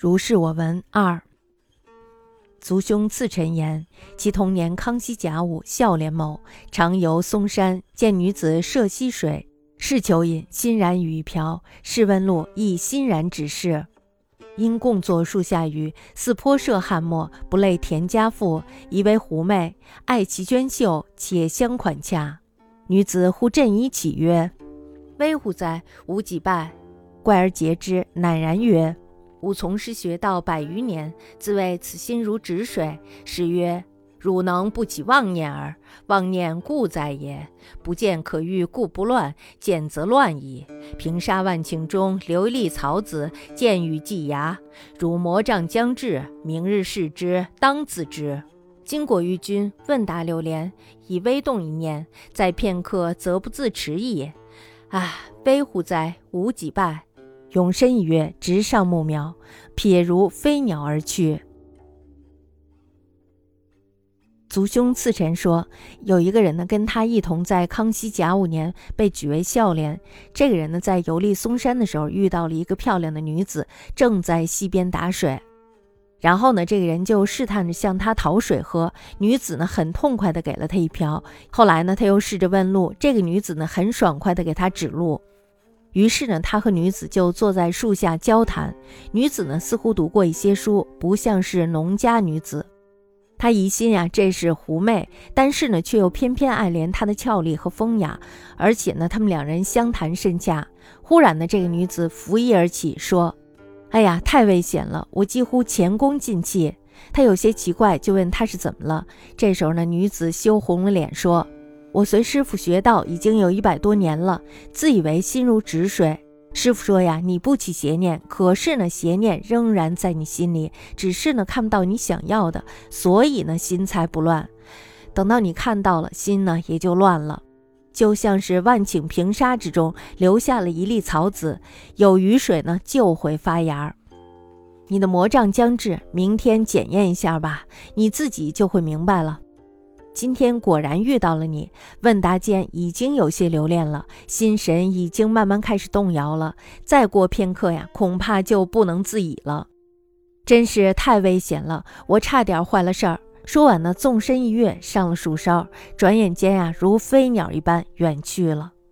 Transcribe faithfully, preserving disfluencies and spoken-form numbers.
如是我闻二。族兄次臣言，其同年康熙甲午，孝廉某常游嵩山，见女子涉溪水，试求饮，欣然与一瓢。试问路，亦欣然指示。因共坐树下语，似颇涉汉末，不类田家妇，疑为狐媚，爱其娟秀，且相款洽。女子忽振衣起曰：危乎哉，吾几拜。怪而诘之，乃然曰：吾从师学道百余年，自谓此心如止水。是曰：汝能不起妄念耳，妄念故在也。不见可欲，故不乱；见则乱矣。平沙万顷中，留一粒草籽，见与季芽。汝魔障将至，明日视之，当自知。今果于君，问答流连，以微动一念，在片刻，则不自持矣。啊，悲乎哉，吾几拜。永身一跃，直上木苗，瞥如飞鸟而去。族兄次臣说，有一个人呢，跟他一同在康熙甲午年被举为孝廉。这个人呢，在游历嵩山的时候，遇到了一个漂亮的女子，正在溪边打水。然后呢，这个人就试探着向他讨水喝，女子呢很痛快的给了他一瓢。后来呢，他又试着问路，这个女子呢很爽快的给他指路。于是呢，他和女子就坐在树下交谈。女子呢似乎读过一些书，不像是农家女子。他疑心呀、啊、这是狐媚，但是呢却又偏偏爱怜她的俏丽和风雅，而且呢他们两人相谈甚洽。忽然呢，这个女子拂衣而起，说：哎呀，太危险了，我几乎前功尽弃。他有些奇怪，就问他是怎么了。这时候呢，女子羞红了脸，说：我随师傅学道已经有一百多年了，自以为心如止水。师傅说呀，你不起邪念，可是呢，邪念仍然在你心里，只是呢看不到你想要的，所以呢心才不乱。等到你看到了，心呢也就乱了。就像是万顷平沙之中留下了一粒草籽，有雨水呢就会发芽。你的魔障将至，明天检验一下吧，你自己就会明白了。今天果然遇到了你，问答间已经有些留恋了，心神已经慢慢开始动摇了，再过片刻呀，恐怕就不能自已了。真是太危险了，我差点坏了事儿。说完呢，纵身一跃，上了树梢，转眼间呀，如飞鸟一般远去了。